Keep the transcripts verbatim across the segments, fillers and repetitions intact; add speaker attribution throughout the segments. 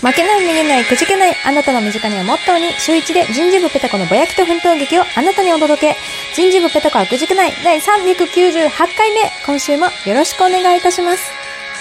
Speaker 1: 負けない、めげない、くじけない、あなたの身近にはモットーに、週一で人事部ペタコのぼやきと奮闘劇をあなたにお届け。人事部ペタコはくじけない、だいさんびゃくきゅうじゅうはちかいめ。今週もよろしくお願いいたします。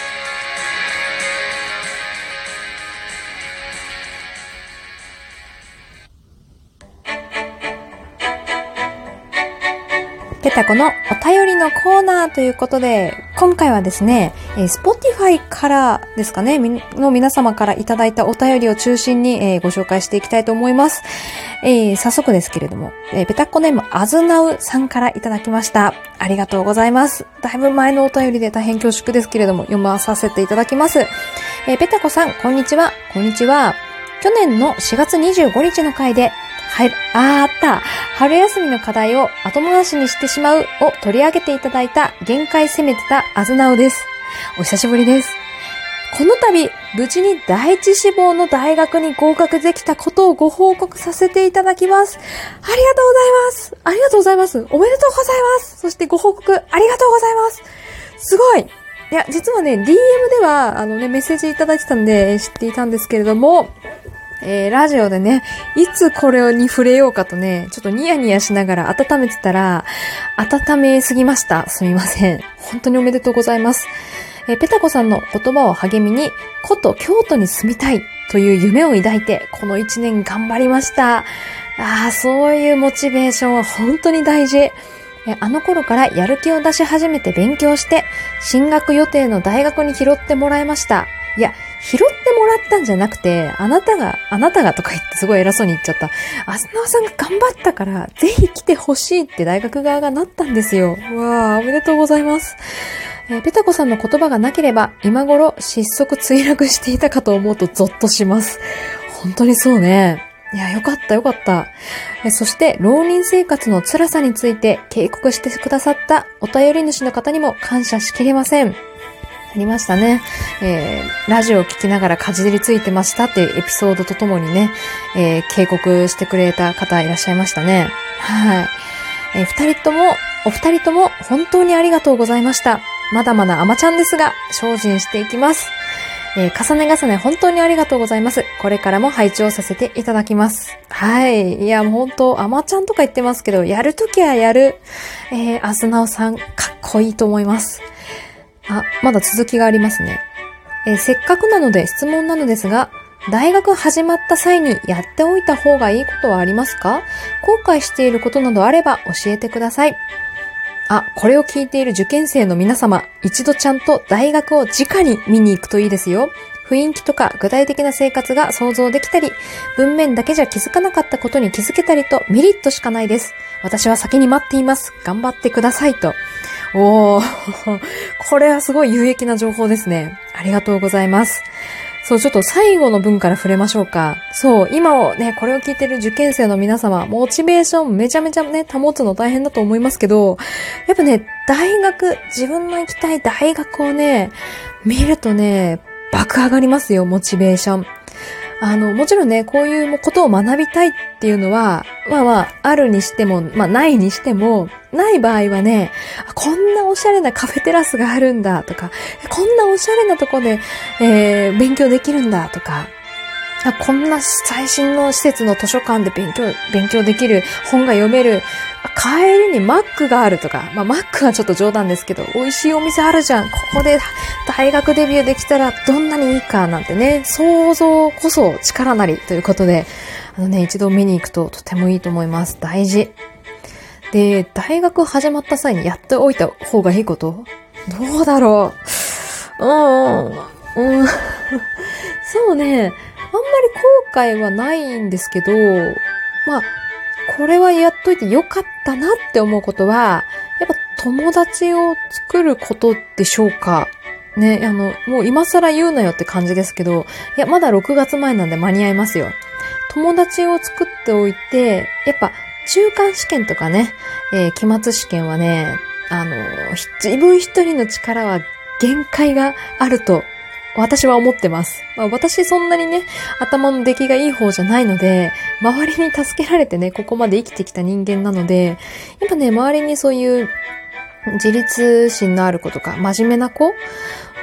Speaker 1: ペタコのお便りのコーナーということで、今回はですね、えー、Spotify からですかね、の皆様からいただいたお便りを中心に、えー、ご紹介していきたいと思います。えー、早速ですけれども、えー、ペタコネームあずなうさんからいただきました。ありがとうございます。だいぶ前のお便りで大変恐縮ですけれども、読まさせていただきます。えー、ペタコさん、こんにちは。こんにちは。去年のしがつにじゅうごにちの回で、はい、あーあった。春休みの課題を後回しにしてしまうを取り上げていただいた限界攻めてたあずなおです。お久しぶりです。この度、無事に第一志望の大学に合格できたことをご報告させていただきます。ありがとうございます。ありがとうございます。おめでとうございます。そしてご報告ありがとうございます。すごい。いや、実はね、ディーエム では、あのね、メッセージいただいてたんで知っていたんですけれども、えー、ラジオでね、いつこれに触れようかとね、ちょっとニヤニヤしながら温めてたら、温めすぎました。すみません。本当におめでとうございます。えー、ペタコさんの言葉を励みに、古都京都に住みたいという夢を抱いて、この一年頑張りました。ああ、そういうモチベーションは本当に大事。えー、あの頃からやる気を出し始めて勉強して、進学予定の大学に拾ってもらいました。いや、拾ってもらったんじゃなくて、あなたが、あなたがとか言ってすごい偉そうに言っちゃった。あずなおさんが頑張ったから、ぜひ来てほしいって大学側がなったんですよ。わー、おめでとうございます。えー、ペタコさんの言葉がなければ、今頃失速墜落していたかと思うとゾッとします。本当にそうね。いや、よかったよかった。えそして、浪人生活の辛さについて警告してくださったお便り主の方にも感謝しきれません。ありましたね。えー、ラジオを聞きながらかじりついてましたっていうエピソードとともにね、えー、警告してくれた方いらっしゃいましたね。はい。えー、二人とも、お二人とも本当にありがとうございました。まだまだ甘ちゃんですが、精進していきます。えー、重ね重ね本当にありがとうございます。これからも拝聴させていただきます。はい。いや、もう本当、甘ちゃんとか言ってますけど、やるときはやる。えー、あずなおさん、かっこいいと思います。あ、まだ続きがありますね。えー、せっかくなので質問なのですが、大学始まった際にやっておいた方がいいことはありますか？後悔していることなどあれば教えてください。あ、これを聞いている受験生の皆様、一度ちゃんと大学を直に見に行くといいですよ。雰囲気とか具体的な生活が想像できたり、文面だけじゃ気づかなかったことに気づけたりとメリットしかないです。私は先に待っています。頑張ってくださいと。おー、これはすごい有益な情報ですね。ありがとうございます。そう、ちょっと最後の文から触れましょうか。そう、今をね、これを聞いてる受験生の皆様、モチベーションめちゃめちゃね、保つの大変だと思いますけど、やっぱね、大学、自分の行きたい大学をね、見るとね、爆上がりますよ、モチベーション。あの、もちろんね、こういうことを学びたいっていうのは、まあまあ、あるにしても、まあないにしても、ない場合はね、こんなおしゃれなカフェテラスがあるんだとか、こんなおしゃれなとこで、えー、勉強できるんだとか、こんな最新の施設の図書館で勉強、勉強できる、本が読める、帰りにマックがあるとか、まあマックはちょっと冗談ですけど、美味しいお店あるじゃん。ここで大学デビューできたらどんなにいいかなんてね、想像こそ力なりということで、あのね、一度見に行くととてもいいと思います。大事。で、大学始まった際にやっておいた方がいいこと？どうだろう。うーん。うん。そうね。あんまり後悔はないんですけど、まあ、これはやっといてよかったなって思うことは、やっぱ友達を作ることでしょうか。ね、あの、もう今更言うなよって感じですけど、いや、まだろくがつまえなんで間に合いますよ。友達を作っておいて、やっぱ中間試験とかね、えー、期末試験はね、あの、自分一人の力は限界があると私は思ってます。まあ、私そんなにね、頭の出来がいい方じゃないので、周りに助けられてね、ここまで生きてきた人間なので、やっぱね、周りにそういう自立心のある子とか、真面目な子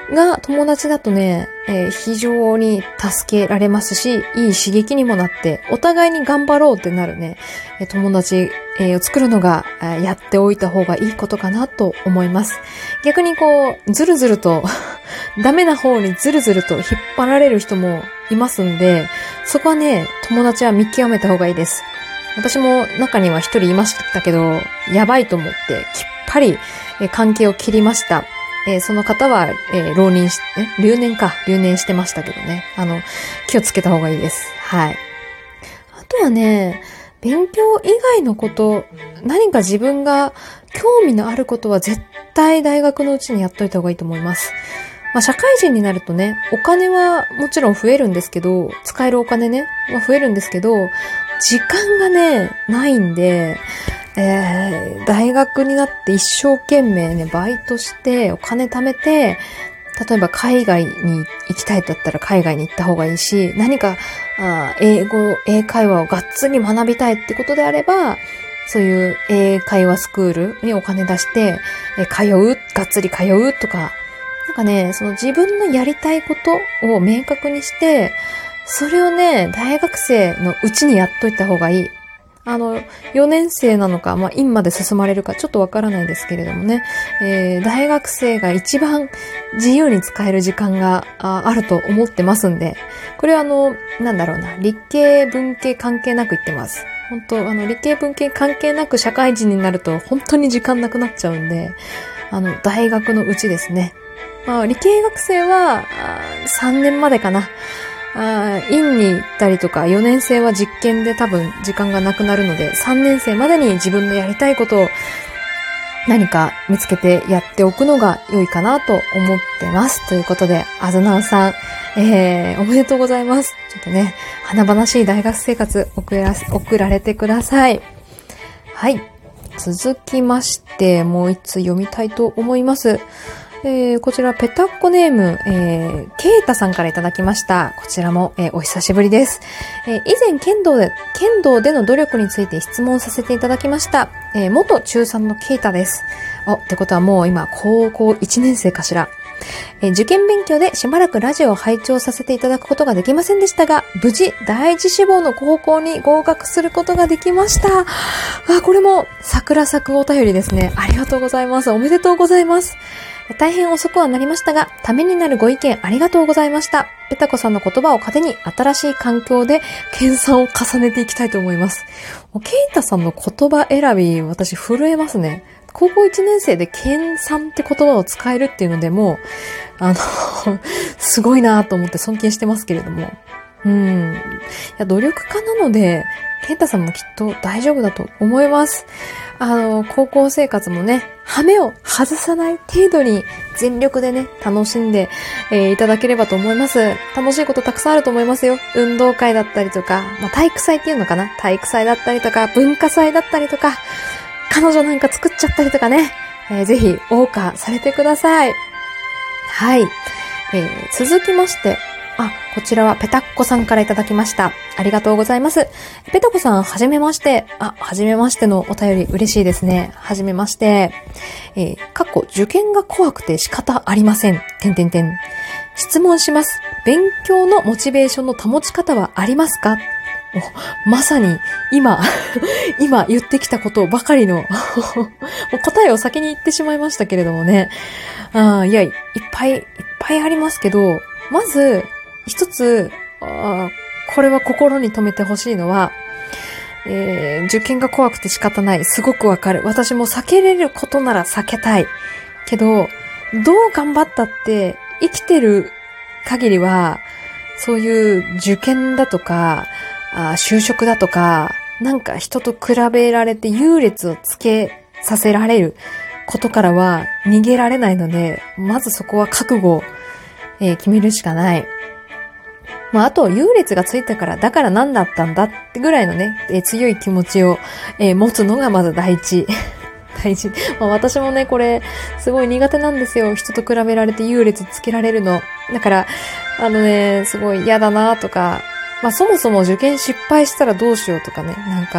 Speaker 1: が友達だとね、えー、非常に助けられますし、いい刺激にもなって、お互いに頑張ろうってなるね、えー、友達、えー、を作るのが、えー、やっておいた方がいいことかなと思います。逆にこう、ずるずると、ダメな方にずるずると引っ張られる人もいますんで、そこはね、友達は見極めた方がいいです。私も中には一人いましたけど、やばいと思って、きっぱり、えー、関係を切りました。えー、その方は、えー、浪人し、え、留年か、留年してましたけどね。あの、気をつけた方がいいです。はい。あとはね、勉強以外のこと、何か自分が興味のあることは絶対大学のうちにやっといた方がいいと思います。まあ、社会人になるとね、お金はもちろん増えるんですけど、使えるお金ね、まあ、増えるんですけど、時間がね、ないんで、えー、大学になって一生懸命ね、バイトしてお金貯めて、例えば海外に行きたいだったら海外に行った方がいいし、何かあ英語、英会話をがっつり学びたいってことであれば、そういう英会話スクールにお金出して、え通う、がっつり通うとか、なんかね、その自分のやりたいことを明確にして、それをね、大学生のうちにやっといた方がいい。あの、よねん生なのか、まあ、院まで進まれるかちょっとわからないですけれどもね、えー、大学生が一番自由に使える時間が あ, あると思ってますんで、これはあの、なんだろうな、理系文系関係なく言ってます。本当あの、理系文系関係なく社会人になると本当に時間なくなっちゃうんで、あの、大学のうちですね。まあ、理系学生はさんねんまでかな。あ院に行ったりとか、よねん生は実験で多分時間がなくなるので、さんねん生までに自分のやりたいことを何か見つけてやっておくのが良いかなと思ってます。ということで、あずなおさん、えー、おめでとうございます。ちょっとね、華々しい大学生活送ら、送られてください。はい。続きまして、もう一つ読みたいと思います。えー、こちらペタッコネーム、えー、ケイタさんからいただきました。こちらも、えー、お久しぶりです。えー、以前剣道で剣道での努力について質問させていただきました。えー、元中さんのケイタです。お、ってことはもう今高校いちねん生かしら。えー、受験勉強でしばらくラジオを拝聴させていただくことができませんでしたが、無事第一志望の高校に合格することができました。あ、これも桜咲くお便りですね。ありがとうございます。おめでとうございます。大変遅くはなりましたが、ためになるご意見ありがとうございました。ペタコさんの言葉を糧に新しい環境で研鑽を重ねていきたいと思います。ケイタさんの言葉選び、私震えますね。高校いちねん生で研鑽って言葉を使えるっていうのでもう、あの、すごいなと思って尊敬してますけれども。うん。いや、努力家なので、ケイタさんもきっと大丈夫だと思います。あの、高校生活もね、羽目を外さない程度に全力でね、楽しんで、えー、いただければと思います。楽しいことたくさんあると思いますよ。運動会だったりとか、まあ、体育祭っていうのかな？体育祭だったりとか、文化祭だったりとか、彼女なんか作っちゃったりとかね、えー、ぜひ謳歌されてください。はい。えー、続きまして、あ、こちらはペタッコさんからいただきました。ありがとうございます。ペタコさん、はじめまして。あ、はじめましてのお便り嬉しいですね。はじめまして。えー、過去受験が怖くて仕方ありません。てんてんてん。質問します。勉強のモチベーションの保ち方はありますか？お、まさに今、今言ってきたことばかりの答えを先に言ってしまいましたけれどもね。あ、いや、いっぱいいっぱいありますけど、まず一つ、あ、これは心に留めてほしいのは、えー、受験が怖くて仕方ない。すごくわかる。私も避けれることなら避けたい。けど、どう頑張ったって生きてる限りは、そういう受験だとか、あ、就職だとか、なんか人と比べられて優劣をつけさせられることからは逃げられないので、まずそこは覚悟を、えー、決めるしかない。まあ、あと、優劣がついたから、だから何だったんだってぐらいのね、えー、強い気持ちを、えー、持つのがまず第一。第一。まあ、私もね、これ、すごい苦手なんですよ。人と比べられて優劣つけられるの。だから、あのね、すごい嫌だなとか、まあ、そもそも受験失敗したらどうしようとかね、なんか、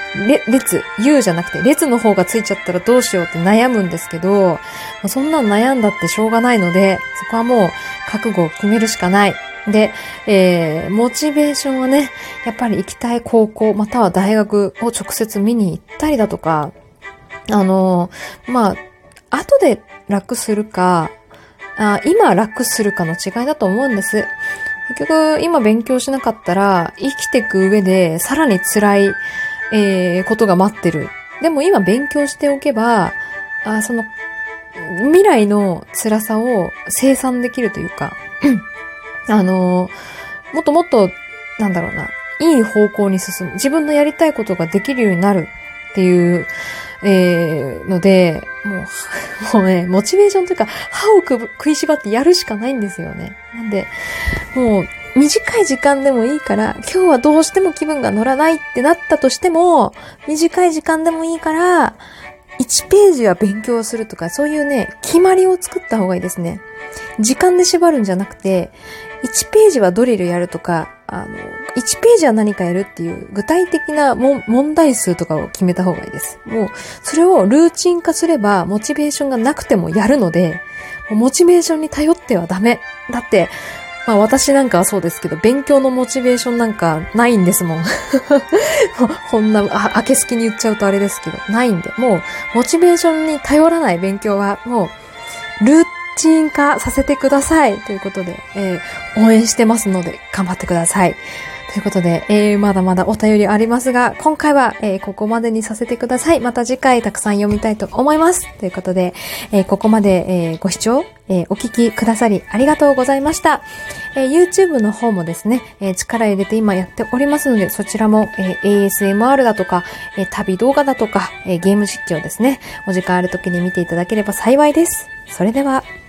Speaker 1: れ、列、U じゃなくて列の方がついちゃったらどうしようって悩むんですけど、そんなん悩んだってしょうがないので、そこはもう覚悟を決めるしかない。で、えー、モチベーションはね、やっぱり行きたい高校または大学を直接見に行ったりだとか、あのー、まあ、後で楽するか、あ今楽するかの違いだと思うんです。結局、今勉強しなかったら、生きていく上でさらに辛い、えー、ことが待ってる。でも今勉強しておけば、あその、未来の辛さを清算できるというか、あのー、もっともっと、なんだろうな、いい方向に進む。自分のやりたいことができるようになるっていう、えー、ので、もう、もうね、モチベーションというか、歯をく食いしばってやるしかないんですよね。なんで、もう、短い時間でもいいから、今日はどうしても気分が乗らないってなったとしても、短い時間でもいいから、いちページは勉強するとか、そういうね、決まりを作った方がいいですね。時間で縛るんじゃなくて、いちページはドリルやるとか、あの、いちページは何かやるっていう具体的なも問題数とかを決めた方がいいです。もう、それをルーチン化すれば、モチベーションがなくてもやるので、モチベーションに頼ってはダメ。だって、まあ私なんかはそうですけど、勉強のモチベーションなんかないんですもん。こんな、あ、明けすきに言っちゃうとあれですけど、ないんで、もう、モチベーションに頼らない勉強は、もう、ルーチン化させてください。ということで、えー、応援してますので、頑張ってください。ということで、えー、まだまだお便りありますが、今回は、えー、ここまでにさせてください。また次回たくさん読みたいと思います。ということで、えー、ここまで、えー、ご視聴、えー、お聞きくださりありがとうございました。えー、YouTube の方もですね、えー、力入れて今やっておりますので、そちらも、えー、エーエスエムアール だとか、えー、旅動画だとか、えー、ゲーム実況ですね、お時間ある時に見ていただければ幸いです。それでは。